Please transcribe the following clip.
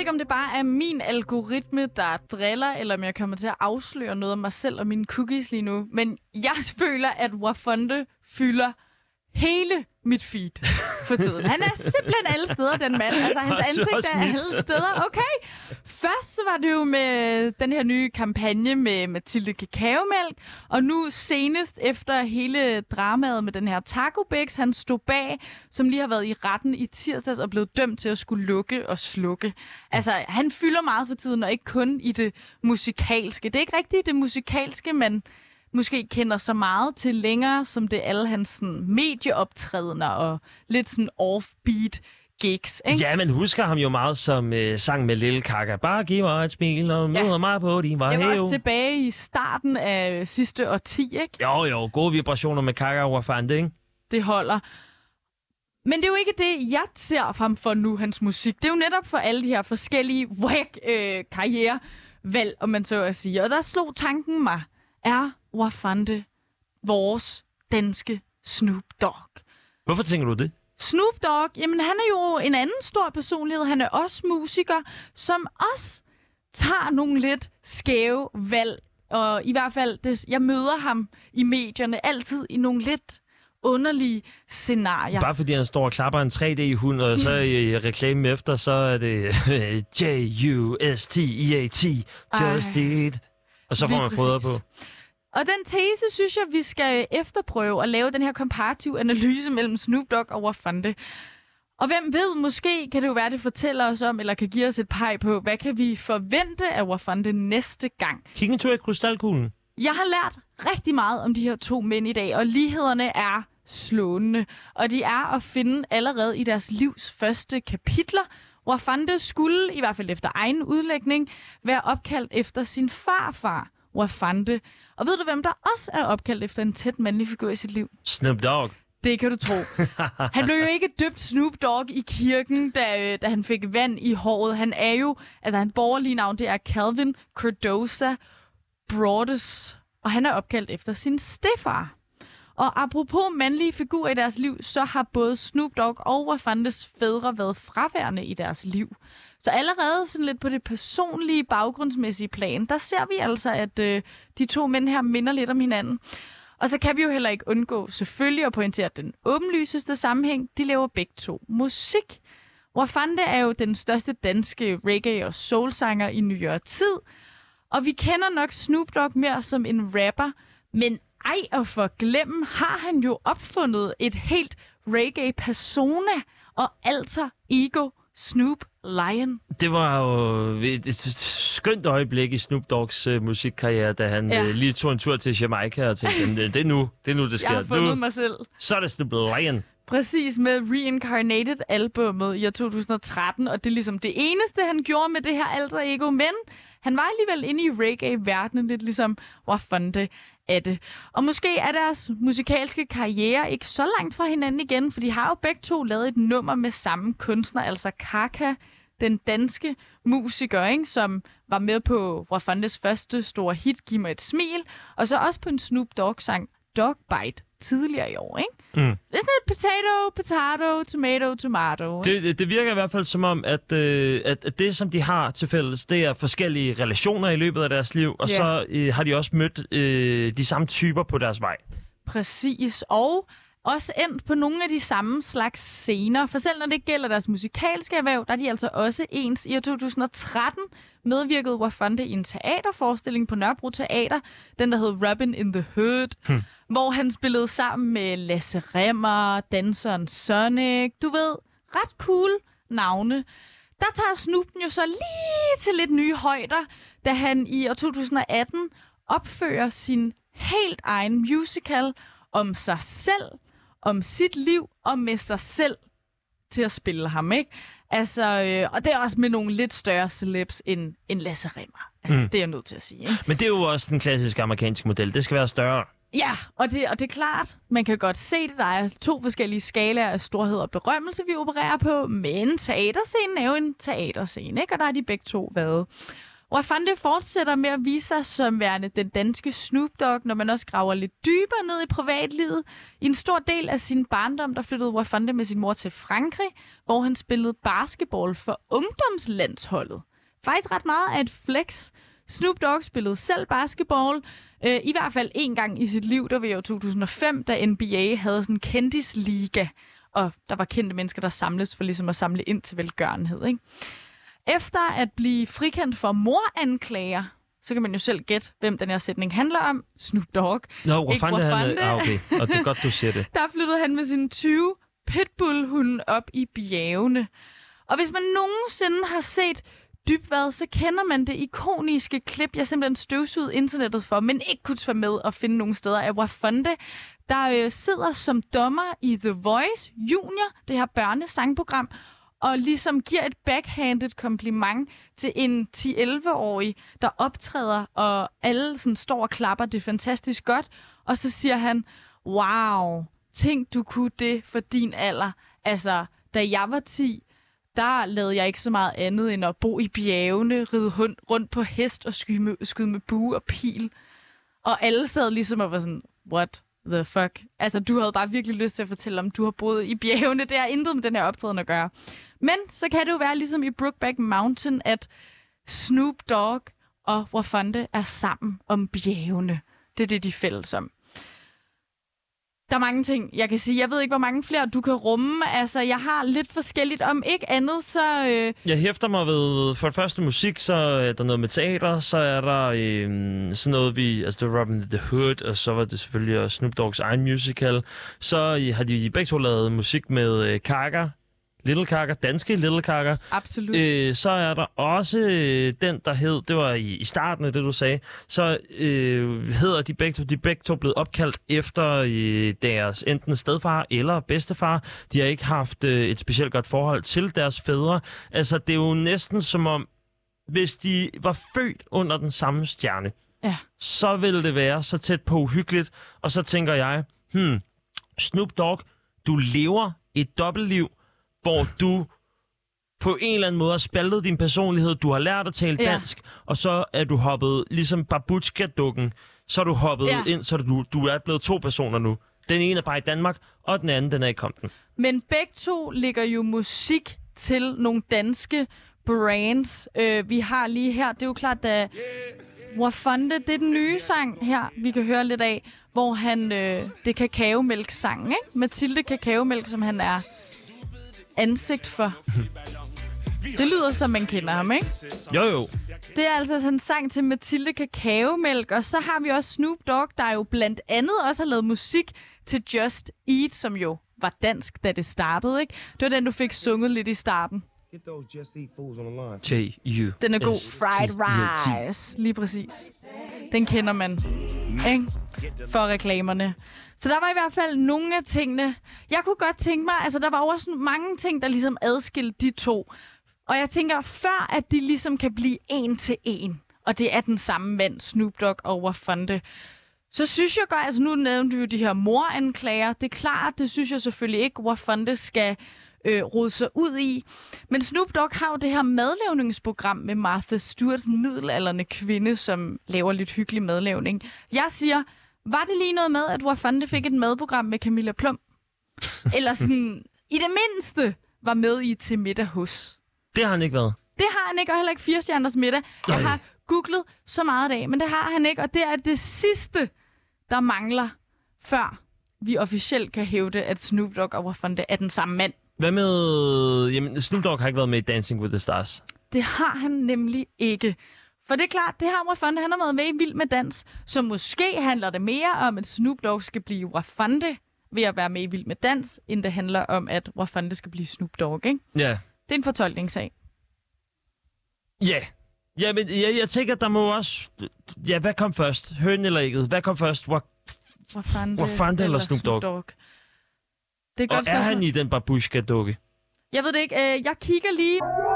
ikke, om det bare er min algoritme, der driller, eller om jeg kommer til at afsløre noget om mig selv og mine cookies lige nu. Men jeg føler, at Wafonde fylder hele mit feed for tiden. Han er simpelthen alle steder, den mand. Altså, hans ansigt er alle steder. Okay. Først så var det jo med den her nye kampagne med Mathilde Kakaomælk, og nu senest efter hele dramaet med den her Taco Bix, han stod bag, som lige har været i retten i tirsdags og blevet dømt til at skulle lukke og slukke. Altså, han fylder meget for tiden, og ikke kun i det musikalske. Det er ikke rigtigt det musikalske, men måske kender så meget til længere, som det er alle hans sådan, medieoptrædener og lidt sådan offbeat gigs, ikke? Ja, man husker ham jo meget som sang med Lille Kaka. Bare giv mig et smil og møder mig på din vej. Det var også tilbage i starten af sidste årti, ikke? Jo, gode vibrationer med Kaka og Wafonde, ikke? Det holder. Men det er jo ikke det, jeg ser frem for nu, hans musik. Det er jo netop for alle de her forskellige karrierevalg, om man så at sige. Og der slog tanken mig, er Wafonde vores danske Snoop Dogg? Hvorfor tænker du det? Snoop Dogg, jamen han er jo en anden stor personlighed. Han er også musiker, som også tager nogle lidt skæve valg. Og i hvert fald, jeg møder ham i medierne altid i nogle lidt underlige scenarier. Bare fordi han står og klapper en 3D-hund, og så i reklamen efter, så er det J-U-S-T-E-A-T, just it. Og så får man foder på. Og den tese, synes jeg, vi skal efterprøve at lave den her komparativ analyse mellem Snoop Dogg og Wafonde. Og hvem ved, måske kan det jo være, det fortæller os om, eller kan give os et peg på, hvad kan vi forvente af Wafonde næste gang? Kig en tur i krystalkuglen. Jeg har lært rigtig meget om de her to mænd i dag, og lighederne er slående. Og de er at finde allerede i deres livs første kapitler. Wafonde skulle, i hvert fald efter egen udlægning, være opkaldt efter sin farfar, Wafonde. Og ved du, hvem der også er opkaldt efter en tæt mandlig figur i sit liv? Snoop Dogg. Det kan du tro. Han blev jo ikke døbt Snoop Dogg i kirken, da han fik vand i håret. Han er jo, altså hans borgerlige navn, det er Calvin Cardoza Broaddus, og han er opkaldt efter sin stedfar. Og apropos mandlige figurer i deres liv, så har både Snoop Dogg og Wafondes fædre været fraværende i deres liv. Så allerede sådan lidt på det personlige, baggrundsmæssige plan, der ser vi altså, at de to mænd her minder lidt om hinanden. Og så kan vi jo heller ikke undgå selvfølgelig at pointere den åbenlyseste sammenhæng. De laver begge to musik. Wafonde er jo den største danske reggae- og soulsanger i nyere tid. Og vi kender nok Snoop Dogg mere som en rapper, men ej og for glemme har han jo opfundet et helt reggae-persona og alter ego Snoop Lion. Det var jo et skønt øjeblik i Snoop Doggs musikkarriere, da han lige tog en tur til Jamaica og tænkte, det er nu, det sker. Jeg har fundet mig selv. Så er det Snoop Lion. Præcis, med Reincarnated-albummet i år 2013, og det er ligesom det eneste, han gjorde med det her alter ego, men han var alligevel inde i reggae-verdenen, lidt ligesom Wafonde af det. Og måske er deres musikalske karriere ikke så langt fra hinanden igen, for de har jo begge to lavet et nummer med samme kunstner, altså Kaka, den danske musiker, ikke, som var med på Wafondes første store hit, Giv mig et smil, og så også på en Snoop Dogg-sang, Dog Bite, tidligere i år, ikke? Det er sådan et potato, tomato. Det virker i hvert fald som om, at det, som de har til fælles, det er forskellige relationer i løbet af deres liv, og så har de også mødt de samme typer på deres vej. Præcis, og også endt på nogle af de samme slags scener. For selv når det gælder deres musikalske erhverv, der er de altså også ens. I år 2013 medvirkede Wafonde i en teaterforestilling på Nørrebro Teater, den der hed Robin in the Hood, hvor han spillede sammen med Lasse Rimmer, danseren Sonic. Du ved, ret cool navne. Der tager Snoopen jo så lige til lidt nye højder, da han i år 2018 opfører sin helt egen musical om sig selv, om sit liv og med sig selv til at spille ham, ikke? Altså, og det er også med nogle lidt større celebs end Lasse Rimmer. Altså, det er jeg nødt til at sige, ikke? Men det er jo også den klassiske amerikanske model. Det skal være større. Ja, og det er klart, man kan godt se det. Der er to forskellige skalaer af storhed og berømmelse, vi opererer på, men teaterscenen er jo en teaterscene, ikke? Og der har de begge to været. Wafande fortsætter med at vise sig som værende den danske Snoop Dogg, når man også graver lidt dybere ned i privatlivet. I en stor del af sin barndom, der flyttede Wafande med sin mor til Frankrig, hvor han spillede basketball for ungdomslandsholdet. Faktisk ret meget af et flex. Snoop Dogg spillede selv basketball, i hvert fald en gang i sit liv. Der var jo 2005, da NBA havde sådan en kendisliga, og der var kendte mennesker, der samles for ligesom at samle ind til velgørenhed, ikke? Efter at blive frikendt for moranklager, så kan man jo selv gætte, hvem den her sætning handler om. Snoop Dogg. Nå, Wafande. Okay. Og det er godt, du siger det. Der flyttede han med sine 20 pitbull-hunde op i bjergene. Og hvis man nogensinde har set Dybvad, så kender man det ikoniske klip, jeg simpelthen støvsugede internettet for, men ikke kunne tage med og finde nogen steder af Wafande, der sidder som dommer i The Voice Junior, det her børnesangprogram, og ligesom giver et backhanded kompliment til en 10-11-årig, der optræder, og alle sådan står og klapper, det er fantastisk godt. Og så siger han, wow, tænk du kunne det for din alder. Altså, da jeg var 10, der lavede jeg ikke så meget andet end at bo i bjergene, ride rundt på hest og skyde med bue og pil. Og alle sad ligesom og var sådan, what the fuck? Altså, du havde bare virkelig lyst til at fortælle, om du har boet i bjergene. Det har intet med den her optræden at gøre. Men så kan det jo være ligesom i Brokeback Mountain, at Snoop Dogg og Wafande er sammen om bjergene. Det er det, de er fælles om. Der er mange ting, jeg kan sige. Jeg ved ikke, hvor mange flere du kan rumme. Altså, jeg har lidt forskelligt. Om ikke andet, så... Jeg hæfter mig ved, for det første musik, så er der noget med teater, så er der sådan noget, altså det var Robin the Hood, og så var det selvfølgelig også Snoop Doggs egen musical. Så har de begge to lavet musik med Kaka, Little Kaka, danske Little Kaka. Absolut. Så er der også den, der hed, det var i starten af det, du sagde, så hedder de begge to blevet opkaldt efter deres enten stedfar eller bedstefar. De har ikke haft et specielt godt forhold til deres fædre. Altså, det er jo næsten som om, hvis de var født under den samme stjerne, ja, så ville det være så tæt på uhyggeligt. Og så tænker jeg, Snoop Dogg, du lever et dobbeltliv, hvor du på en eller anden måde har spaltet din personlighed, du har lært at tale dansk, og så er du hoppet, ligesom Babushka-dukken, så er du hoppet ind, så du er blevet to personer nu. Den ene er bare i Danmark, og den anden, den er i Compton. Men begge to lægger jo musik til nogle danske brands. Vi har lige her, det er jo klart, at Wafande, det er den nye sang her, vi kan høre lidt af, hvor han, det er kakaomælk-sangen, ikke? Mathilde Kakaomælk, som han er ansigt for. Det lyder som man kender ham, ikke? Jo. Det er altså sådan en sang til Mathilde Kakaomælk, og så har vi også Snoop Dogg, der jo blandt andet også har lavet musik til Just Eat, som jo var dansk, da det startede, ikke? Det var den, du fik sunget lidt i starten. Den er god. Fried rice. Lige præcis. Den kender man, ikke? For reklamerne. Så der var i hvert fald nogle af tingene. Jeg kunne godt tænke mig, altså der var også mange ting, der ligesom adskilte de to. Og jeg tænker, før at de ligesom kan blive en til en, og det er den samme mand, Snoop Dogg og Wafande, så synes jeg godt, altså nu nævnte vi jo de her moranklager. Det er klart, det synes jeg selvfølgelig ikke, Wafande skal rode sig ud i. Men Snoop Dogg har jo det her madlavningsprogram med Martha Stewarts middelaldrende kvinde, som laver lidt hyggelig madlavning. Jeg siger, var det lige noget med, at Wafande fik et madprogram med Camilla Plum? Eller sådan, i det mindste, var med i Til middag hos? Det har han ikke været. Det har han ikke, og heller ikke 4 stjerners middag. Jeg har googlet så meget af, men det har han ikke, og det er det sidste, der mangler, før vi officielt kan hævde, at Snoop Dogg og Wafande er den samme mand. Hvad med... Jamen, Snoop Dogg har ikke været med i Dancing with the Stars. Det har han nemlig ikke. For det er klart, det har Wafande, han har været med i Vild med Dans, så måske handler det mere om, at Snoop Dogg skal blive Wafande ved at være med i Vild med Dans, end det handler om, at Wafande skal blive Snoop Dogg, ikke? Ja. Det er en fortolkningssag. Ja. Ja, men jeg tænker, der må også... Ja, hvad kom først? Hønen eller ægget? Hvad kom først? Wafande eller Snoop Dogg? Det er og er han i den Babushka-dukke? Jeg ved det ikke. Jeg kigger lige...